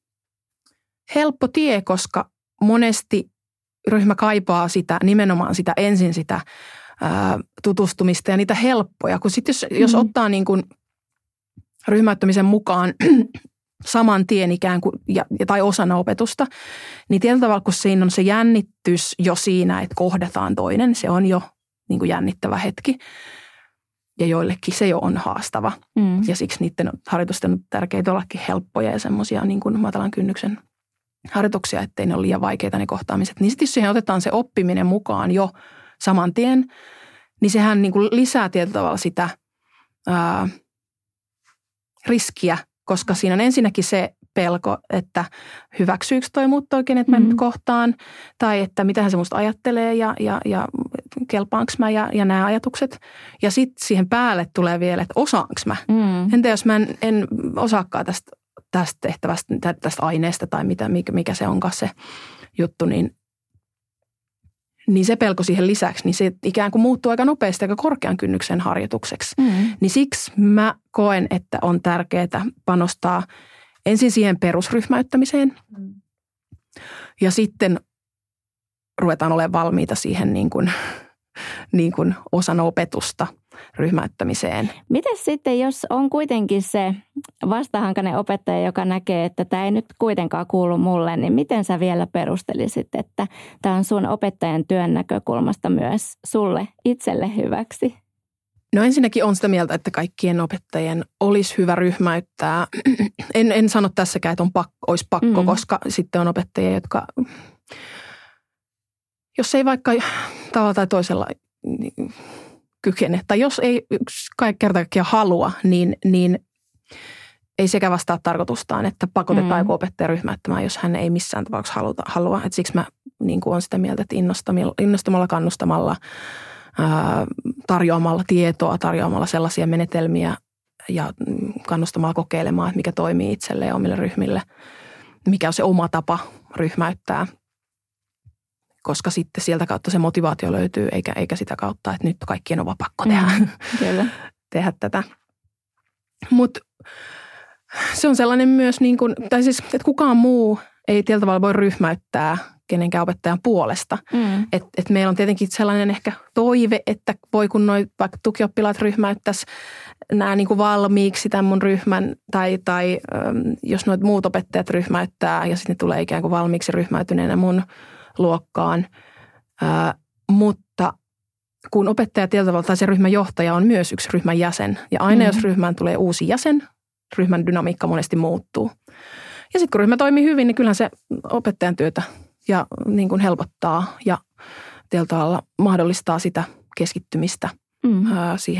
helppo tie, koska monesti ryhmä kaipaa sitä, nimenomaan sitä ensin sitä ää, tutustumista ja niitä helppoja. Kun sitten jos, mm. jos ottaa niin kuin ryhmäyttämisen mukaan saman tien ikään kuin, ja, tai osana opetusta, niin tietyllä tavalla, kun siinä on se jännitys jo siinä, että kohdataan toinen, se on jo niin kuin jännittävä hetki. Ja joillekin se jo on haastava. Mm. Ja siksi niiden harjoitusten on tärkeää ollakin helppoja ja semmoisia niin kuin matalan kynnyksen harjoituksia, ettei ne ole liian vaikeita ne kohtaamiset. Niin sitten jos siihen otetaan se oppiminen mukaan jo saman tien, niin sehän niin kuin lisää tietyllä tavalla sitä ää, riskiä, koska siinä on ensinnäkin se pelko, että hyväksyykö toi muut oikein, että mä mm. nyt kohtaan, tai että mitähän se musta ajattelee ja, ja, ja kelpaanko mä ja, ja nämä ajatukset. Ja sitten siihen päälle tulee vielä, että osaanko mä. Mm. Entä jos mä en, en osaakaan tästä, tästä tehtävästä, tästä aineesta tai mitä, mikä, mikä se onkaan se juttu, niin, niin se pelko siihen lisäksi, niin se ikään kuin muuttuu aika nopeasti aika korkean kynnyksen harjoitukseksi. Mm. Niin siksi mä koen, että on tärkeää panostaa ensin siihen perusryhmäyttämiseen mm. ja sitten ruvetaan olemaan valmiita siihen niin kuin, niin kuin osana opetusta ryhmäyttämiseen. Mites sitten, jos on kuitenkin se vastahankainen opettaja, joka näkee, että tämä ei nyt kuitenkaan kuulu mulle, niin miten sä vielä perustelisit, että tämä on sun opettajan työn näkökulmasta myös sulle itselle hyväksi? No ensinnäkin on sitä mieltä, että kaikkien opettajien olisi hyvä ryhmäyttää. En, en sano tässäkään, että on pakko, olisi pakko, mm. koska sitten on opettajia, jotka, jos ei vaikka tavalla tai toisella kykene, tai jos ei kerta kaikkiaan halua, niin, niin ei sekä vastaa tarkoitustaan, että pakotetaan mm. joku opettaja ryhmäyttämään, jos hän ei missään tapauksessa haluta, halua. Et siksi mä niin kuin olen sitä mieltä, että innostamalla, kannustamalla, ää, tarjoamalla tietoa, tarjoamalla sellaisia menetelmiä ja kannustamalla kokeilemaan, että mikä toimii itselle ja omille ryhmille, mikä on se oma tapa ryhmäyttää. Koska sitten sieltä kautta se motivaatio löytyy, eikä, eikä sitä kautta, että nyt kaikkien on vaan pakko tehdä, mm, tehdä tätä. Mutta se on sellainen myös, niin kuin, tai siis, että kukaan muu ei tietyllä tavalla voi ryhmäyttää kenenkään opettajan puolesta. Mm. Että et meillä on tietenkin sellainen ehkä toive, että voi kun noi vaikka tukioppilaat ryhmäyttäisi nämä niin kuin valmiiksi tämän mun ryhmän, tai, tai äm, jos noit muut opettajat ryhmäyttää ja sitten ne tulee ikään kuin valmiiksi ryhmäytyneenä mun luokkaan, Ää, mutta kun opettaja tietyllä tavalla tai se ryhmän johtaja on myös yksi ryhmän jäsen ja aina mm. jos ryhmään tulee uusi jäsen, ryhmän dynamiikka monesti muuttuu. Ja sitten kun ryhmä toimii hyvin, niin kyllähän se opettajan työtä ja niin kuin helpottaa ja tietyllä tavalla mahdollistaa sitä keskittymistä mm. ää, siihen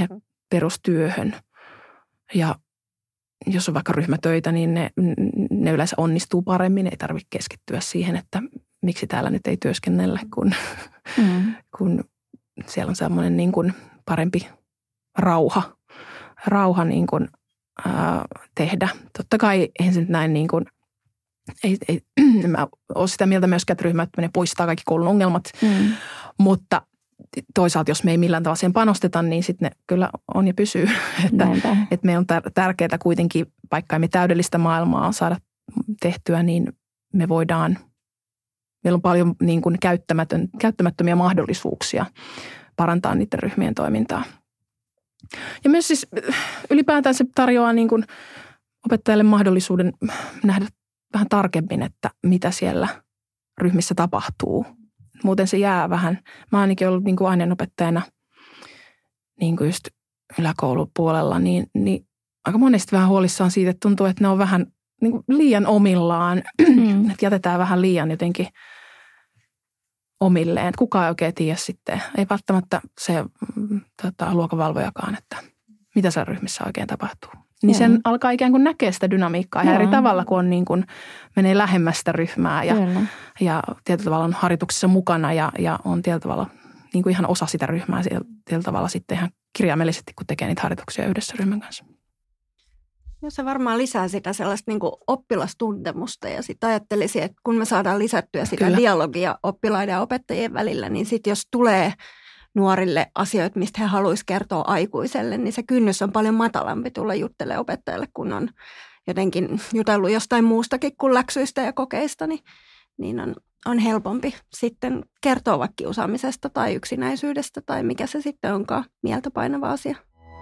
perustyöhön. Ja jos on vaikka ryhmätöitä, niin ne, ne yleensä onnistuu paremmin. Ei tarvitse keskittyä siihen, että miksi täällä nyt ei työskennellä, kun, mm. kun siellä on semmoinen niin kuin parempi rauha, rauha niin kuin, ää, tehdä. Totta kai eihän se nyt näin niin kuin, ei, ei, mä ole sitä mieltä myöskään, että ryhmäyttäminen poistaa kaikki koulun ongelmat, mm. mutta toisaalta, jos me ei millään tavalla siihen panosteta, niin sitten ne kyllä on ja pysyy. että, että me on tärkeää kuitenkin, vaikka emme täydellistä maailmaa saada tehtyä, niin me voidaan, meillä on paljon niin kuin käyttämätön, käyttämättömiä mahdollisuuksia parantaa niiden ryhmien toimintaa. Ja myös siis ylipäätään se tarjoaa niin kuin opettajalle mahdollisuuden nähdä vähän tarkemmin, että mitä siellä ryhmissä tapahtuu. Muuten se jää vähän. Mä oon ainakin ollut niin kuin aineenopettajana niin kuin just yläkoulupuolella, niin, niin aika monesti vähän huolissaan siitä, että tuntuu, että ne on vähän niin kuin liian omillaan. Mm. Että jätetään vähän liian jotenkin omilleen. Että kukaan ei oikein tiedä sitten. Ei välttämättä se tota, luokanvalvojakaan, että mitä siellä ryhmissä oikein tapahtuu. Niin sen Joo. alkaa ikään kuin näkeä sitä dynamiikkaa ihan eri tavalla, kun on niin kuin menee lähemmästä ryhmää ja, ja tietyllä tavalla on harjoituksessa mukana ja, ja on tietyllä tavalla niin kuin ihan osa sitä ryhmää tietyllä tavalla sitten ihan kirjaimellisesti, kun tekee niitä harjoituksia yhdessä ryhmän kanssa. Joo, se varmaan lisää sitä sellaista niin kuin oppilastuntemusta ja sitten ajattelisin, että kun me saadaan lisättyä sitä Kyllä. dialogia oppilaiden ja opettajien välillä, niin sitten jos tulee nuorille asioita, mistä he haluaisivat kertoa aikuiselle, niin se kynnys on paljon matalampi tulla juttelemaan opettajalle, kun on jotenkin jutellut jostain muustakin kuin läksyistä ja kokeista, niin, niin on, on helpompi sitten kertoa vaikka kiusaamisesta tai yksinäisyydestä tai mikä se sitten onkaan mieltä painava asia.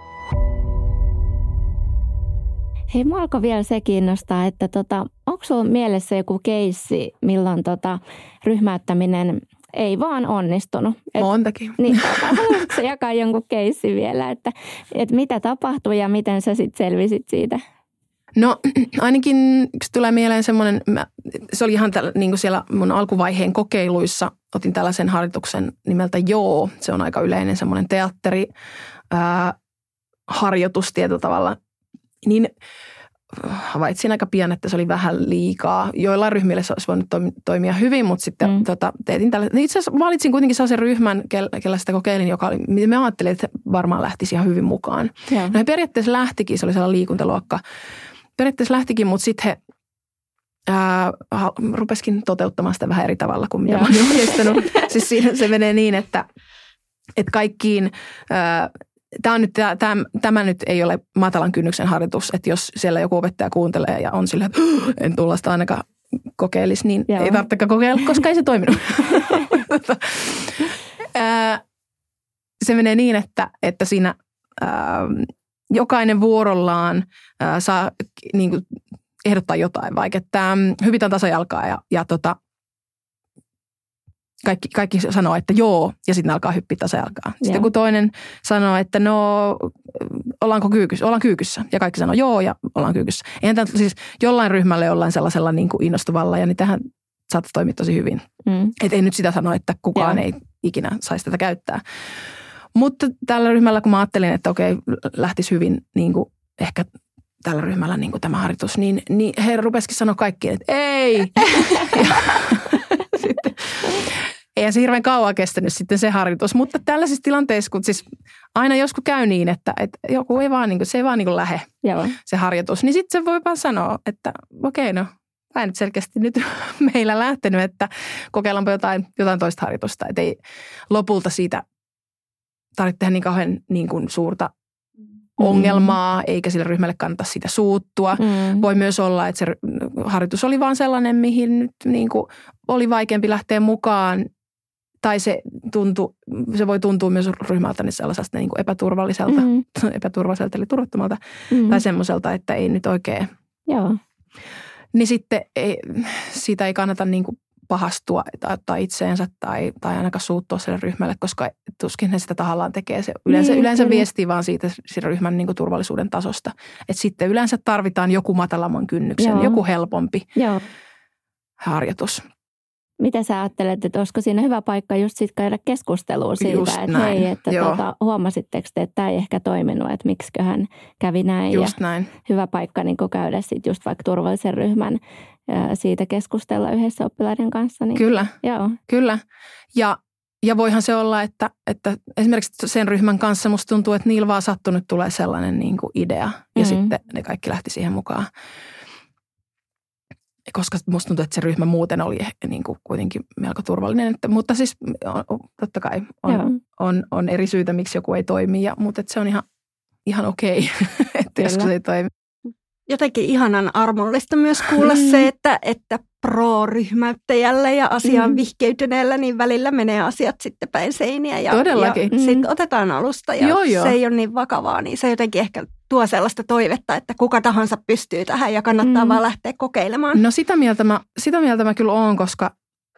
Hei, mua alkoi vielä se kiinnostaa, että tota, onko sulla mielessä joku keissi, milloin tota, ryhmäyttäminen ei vaan onnistunut? Et, Montakin. Niin, haluaisitko sä jakaa jonkun keissin vielä, että, että mitä tapahtui ja miten sä sitten selvisit siitä? No ainakin yksi tulee mieleen semmoinen, mä, se oli ihan tällä, niin kuin siellä mun alkuvaiheen kokeiluissa, otin tällaisen harjoituksen nimeltä Joo. Se on aika yleinen semmoinen teatteri, ää, harjoitus tietyllä tavalla. Niin havaitsin aika pian, että se oli vähän liikaa. Joillain ryhmillä se olisi voinut toimia hyvin, mutta sitten mm. tota, teetin tällä. Itse asiassa valitsin kuitenkin sellaisen ryhmän, kellä sitä kokeilin, joka oli, mitä mä ajattelin, että varmaan lähtisi ihan hyvin mukaan. Yeah. No he periaatteessa lähtikin, se oli sellainen liikuntaluokka. Periaatteessa lähtikin, mutta sitten he ää, rupesikin toteuttamaan sitä vähän eri tavalla kuin mitä yeah. mä olen ohjeistanut. Siis siinä se menee niin, että, että kaikkiin Ää, Tämä, on nyt, tämä, tämä nyt ei ole matalan kynnyksen harjoitus, että jos siellä joku opettaja kuuntelee ja on sillä, että en tuollaista ainakaan kokeilisi, niin Joo. ei tarvitsekaan kokeilla, koska ei se toiminut. Se menee niin, että, että siinä ää, jokainen vuorollaan ää, saa niin kuin, ehdottaa jotain, vaikka että hypitään tasajalkaa ja, ja tota, Kaikki, kaikki sanoo, että joo, ja sitten alkaa hyppiä tasajalkaa. Sitten yeah. kun toinen sanoo, että no, ollaanko kyykyssä? Ollaan kyykyssä. Ja kaikki sanoo joo, ja ollaan kyykyssä. Eihän tämän, siis jollain ryhmällä jollain sellaisella niin kuin innostuvalla, ja niin tähän saattaa toimia tosi hyvin. Mm. Että ei nyt sitä sano, että kukaan yeah. ei ikinä saisi tätä käyttää. Mutta tällä ryhmällä, kun mä ajattelin, että okei, lähtisi hyvin niin kuin ehkä tällä ryhmällä niin kuin tämä harjoitus, niin, niin he rupesikin sanoa kaikki, että ei. Sitten eihän se hirveän kauan kestänyt sitten se harjoitus, mutta tällaisissa tilanteissa, kun siis aina joskus käy niin, että, että joku ei vaan, niin kuin, se ei vaan niin kuin lähe Joo. se harjoitus, niin sitten se voi vaan sanoa, että okei no, mä en nyt selkeästi nyt meillä lähtenyt, että kokeillaanpa jotain, jotain toista harjoitusta, että ei lopulta siitä tarvitse tehdä niin kauhean niin kuin suurta ongelmaa, eikä sille ryhmälle kannata siitä suuttua. Mm. Voi myös olla, että se harjoitus oli vaan sellainen, mihin nyt niin kuin oli vaikeampi lähteä mukaan, tai se, tuntui, se voi tuntua myös ryhmältä niin sellaisesta niin kuin epäturvalliselta, mm. epäturvalliselta eli turvattomalta, mm. tai semmoiselta, että ei nyt oikein. Joo. Niin sitten ei, siitä ei kannata niin kuin pahastua tai ottaa itseensä tai, tai ainakaan suuttua sille ryhmälle, koska tuskin he sitä tahallaan tekee. Se yleensä, niin, yleensä viestii vaan siitä sen ryhmän niin kuin turvallisuuden tasosta. Että sitten yleensä tarvitaan joku matalamman kynnyksen, Joo. joku helpompi Joo. harjoitus. Mitä sä ajattelet, että olisiko siinä hyvä paikka just sitten käydä keskustelua siitä, just että näin. hei, että tota, huomasitteko te, että tämä ei ehkä toiminut, että miksiköhän kävi näin. Just ja näin. Hyvä paikka niin käydä sitten just vaikka turvallisen ryhmän ja siitä keskustella yhdessä oppilaiden kanssa. Niin, Kyllä, joo. kyllä. Ja, ja voihan se olla, että, että esimerkiksi sen ryhmän kanssa musta tuntuu, että niillä vaan sattunut tulee sellainen niin kuin idea ja Mm-hmm. sitten ne kaikki lähti siihen mukaan. Koska musta tuntuu, että se ryhmä muuten oli niin kuin kuitenkin melko turvallinen. Että, mutta siis on, totta kai on, on, on eri syitä, miksi joku ei toimi, ja, mutta että se on ihan, ihan okei, että joskus ei toimi. Jotenkin ihanan armollista myös kuulla mm. se, että, että pro-ryhmäyttäjällä ja asiaan mm. vihkeytyneellä, niin välillä menee asiat sitten päin seiniä. Ja, Todellakin. Ja mm. sitten otetaan alusta ja joo, joo. se ei ole niin vakavaa, niin se jotenkin ehkä tuo sellaista toivetta, että kuka tahansa pystyy tähän ja kannattaa mm. vaan lähteä kokeilemaan. No sitä mieltä mä, sitä mieltä mä kyllä oon, koska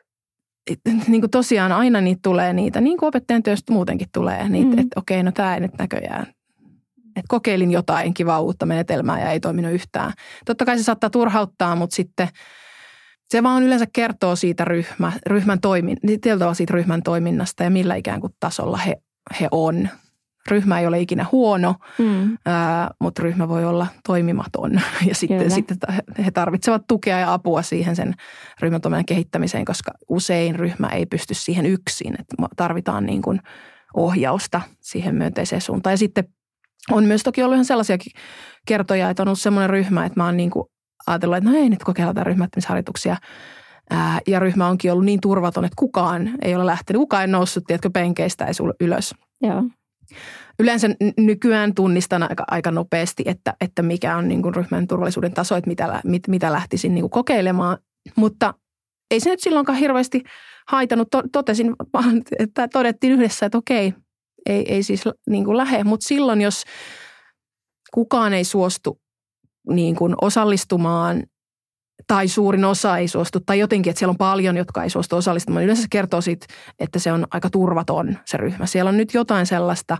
niin kuin tosiaan aina niitä tulee niitä, niin kuin opettajan työstä muutenkin tulee niitä, mm. että okei, no tämä ei nyt näköjään. Että kokeilin jotain kivaa uutta menetelmää ja ei toiminut yhtään. Totta kai se saattaa turhauttaa, mutta sitten se vaan yleensä kertoo siitä ryhmä, ryhmän toimin, tietyllä siitä ryhmän toiminnasta ja millä ikään kuin tasolla he, he on. Ryhmä ei ole ikinä huono, mm. ää, mutta ryhmä voi olla toimimaton ja sitten, sitten he tarvitsevat tukea ja apua siihen sen ryhmätoiminnan kehittämiseen, koska usein ryhmä ei pysty siihen yksin. Että tarvitaan niin kuin ohjausta siihen myönteiseen suuntaan ja sitten on myös toki ollut ihan sellaisiakin kertoja, että on ollut semmoinen ryhmä, että mä oon niin kuin ajatellut, että no ei nyt kokeilla jotain ryhmäyttämisharjoituksia. Ää, ja ryhmä onkin ollut niin turvaton, että kukaan ei ole lähtenyt, kukaan ei noussut, tiedätkö, penkeistä ei sulle ylös. Joo. Yleensä nykyään tunnistan aika, aika nopeasti, että, että mikä on niin kuin ryhmän turvallisuuden taso, että mitä, mit, mitä lähtisin niin kuin kokeilemaan. Mutta ei se nyt silloinkaan hirveästi haitanut. Totesin, että todettiin yhdessä, että okei, Ei, ei siis niin kuin lähde, mutta silloin, jos kukaan ei suostu niin kuin osallistumaan tai suurin osa ei suostu tai jotenkin, että siellä on paljon, jotka ei suostu osallistumaan, yleensä se kertoo siitä, että se on aika turvaton se ryhmä. Siellä on nyt jotain sellaista,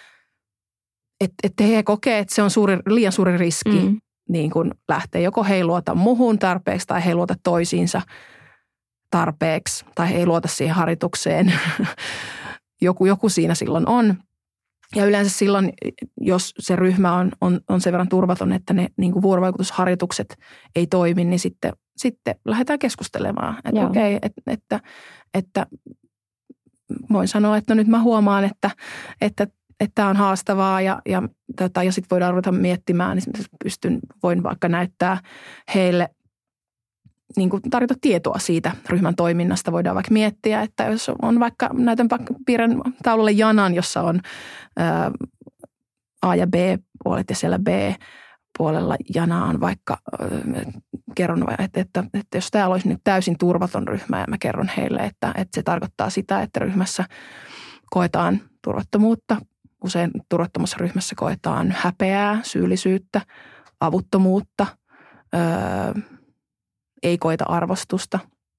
että, että he kokee, että se on suuri, liian suuri riski mm. niin kuin lähteä. Joko he ei luota muuhun tarpeeksi tai he ei luota toisiinsa tarpeeksi tai he ei luota siihen harjoitukseen. Joku, joku siinä silloin on. Ja yleensä silloin, jos se ryhmä on, on, on sen verran turvaton, että ne niin kuin vuorovaikutusharjoitukset ei toimi, niin sitten, sitten lähdetään keskustelemaan. Että okei, okay, että, että, että voin sanoa, että no nyt mä huomaan, että että tämä on haastavaa ja, ja, tota, ja sitten voidaan ruveta miettimään, niin pystyn, voin vaikka näyttää heille, niin kuin tarjota tietoa siitä ryhmän toiminnasta. Voidaan vaikka miettiä, että jos on vaikka, näytän piirrän taululle janan, jossa on ää, A- ja B-puolet ja siellä B-puolella jana on vaikka, ää, kerron, että, että, että jos tämä olisi nyt täysin turvaton ryhmä ja mä kerron heille, että, että se tarkoittaa sitä, että ryhmässä koetaan turvattomuutta. Usein turvattomassa ryhmässä koetaan häpeää, syyllisyyttä, avuttomuutta, ää, ei koeta arvostusta.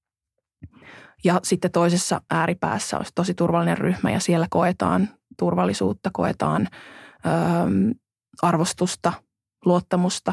Ja sitten toisessa ääripäässä olisi tosi turvallinen ryhmä ja siellä koetaan turvallisuutta, koetaan ö, arvostusta, luottamusta.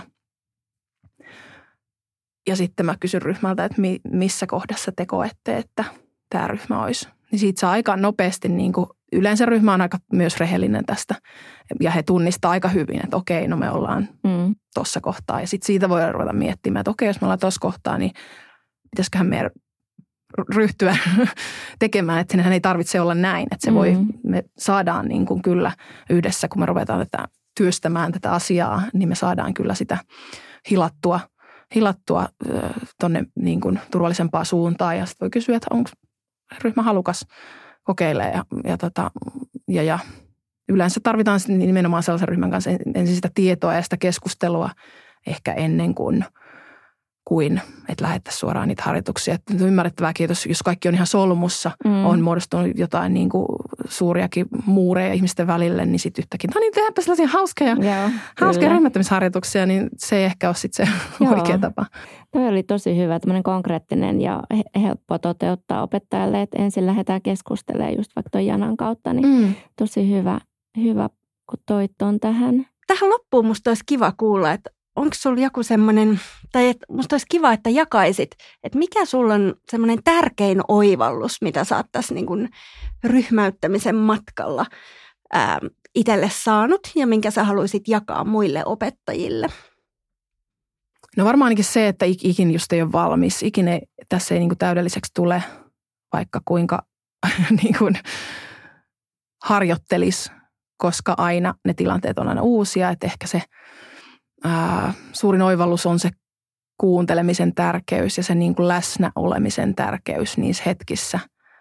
Ja sitten mä kysyn ryhmältä, että mi, missä kohdassa te koette, että tämä ryhmä olisi. Niin siitä saa aika nopeasti, niin kuin, yleensä ryhmä on aika myös rehellinen tästä ja he tunnistaa aika hyvin, että okei, no me ollaan mm. tuossa kohtaa. Ja sitten siitä voi ruveta miettimään, että okei, jos me ollaan tuossa kohtaa, niin pitäisiköhän meidän ryhtyä tekemään, että senhän ei tarvitse olla näin. Että se mm. voi, me saadaan niin kuin kyllä yhdessä, kun me ruvetaan tätä työstämään tätä asiaa, niin me saadaan kyllä sitä hilattua, hilattua tuonne niin kuin turvallisempaan suuntaan. Ja sitten voi kysyä, että onko ryhmä halukas kokeilemaan ja, ja, tota, ja, ja yleensä tarvitaan nimenomaan sellaisen ryhmän kanssa ensin sitä tietoa ja sitä keskustelua ehkä ennen kuin, kuin että lähdettäisiin suoraan niitä harjoituksia. Että ymmärrettävää kiitos, jos kaikki on ihan solmussa, mm. on muodostunut jotain niin kuin suuriakin muureja ihmisten välille, niin sitten yhtäkkiä, no niin tehdäänpä sellaisia hauskoja, hauskoja ryhmättämisharjoituksia, niin se ei ehkä ole sitten se Joo. oikea tapa. Toi oli tosi hyvä, tämmöinen konkreettinen ja helppo toteuttaa opettajalle, että ensin lähdetään keskustelemaan just vaikka ton janan kautta, niin mm. tosi hyvä, hyvä, kun toit on tähän. Tähän loppuun musta olisi kiva kuulla, että onko sulla joku semmoinen, tai et, musta olisi kiva, että jakaisit, että mikä sulla on semmoinen tärkein oivallus, mitä sä oot tässä niin kuin ryhmäyttämisen matkalla ää, itselle saanut ja minkä sä haluaisit jakaa muille opettajille? No varmaan ainakin se, että ikin just ei ole valmis. Ikin ei, tässä ei niin kuin täydelliseksi tule, vaikka kuinka niin kuin harjoittelisi, koska aina ne tilanteet on aina uusia. Että ehkä se ää, suurin oivallus on se kuuntelemisen tärkeys ja se niin kuin läsnä olemisen tärkeys niissä hetkissä.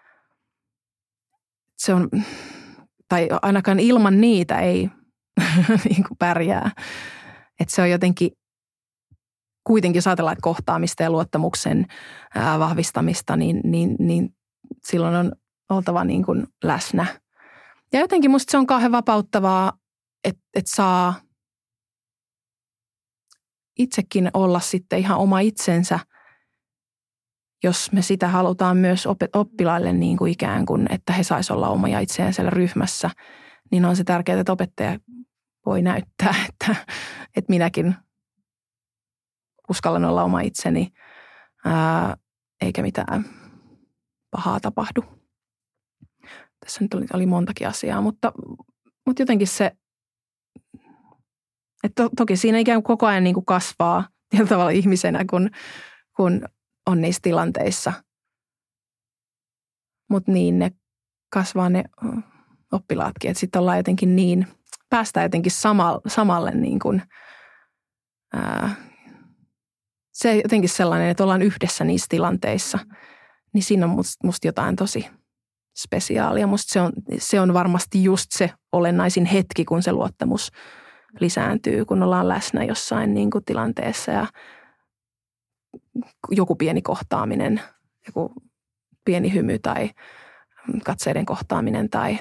Se on, tai ainakaan ilman niitä ei niin kuin pärjää. Että se on jotenkin kuitenkin, jos ajatellaan, että kohtaamista ja luottamuksen ää, vahvistamista, niin, niin, niin silloin on oltava niin kuin läsnä. Ja jotenkin musta se on kauhean vapauttavaa, että, että saa itsekin olla sitten ihan oma itsensä, jos me sitä halutaan myös oppilaille niin kuin ikään kuin, että he sais olla oma itseään siellä ryhmässä, niin on se tärkeää, että opettaja voi näyttää, että, että minäkin uskallan olla oma itseni, ää, eikä mitään pahaa tapahdu. Tässä nyt oli, oli montakin asiaa, mutta, mutta jotenkin se, että to, toki siinä ikään kuin koko ajan niin kuin kasvaa tietyllä tavalla ihmisenä, kun, kun on niissä tilanteissa. Mutta niin ne kasvaa ne oppilaatkin, että sitten ollaan jotenkin niin, päästään jotenkin sama, samalle niin kuin, ää, se jotenkin sellainen, että ollaan yhdessä niissä tilanteissa, niin siinä on musta, musta jotain tosi spesiaalia. Musta se on, se on varmasti just se olennaisin hetki, kun se luottamus lisääntyy, kun ollaan läsnä jossain niin kuin tilanteessa ja joku pieni kohtaaminen, joku pieni hymy tai katseiden kohtaaminen tai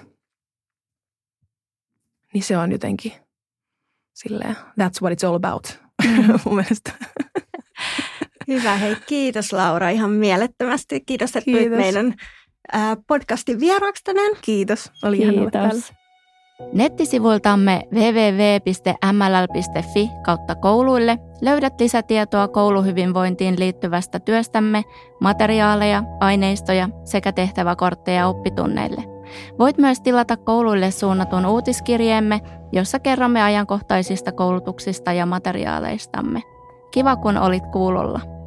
niin se on jotenkin silleen, that's what it's all about mun mielestä. Hyvä, hei kiitos Laura ihan mielettömästi. Kiitos, että kiitos. tulit meidän ää, podcastin vieraaksi tänään. Kiitos, oli ihan olla täällä. Nettisivuiltamme double-u double-u double-u piste m l l piste f i kautta kouluille löydät lisätietoa kouluhyvinvointiin liittyvästä työstämme, materiaaleja, aineistoja sekä tehtäväkortteja oppitunneille. Voit myös tilata kouluille suunnatun uutiskirjeemme, jossa kerromme ajankohtaisista koulutuksista ja materiaaleistamme. Kiva, kun olit kuulolla.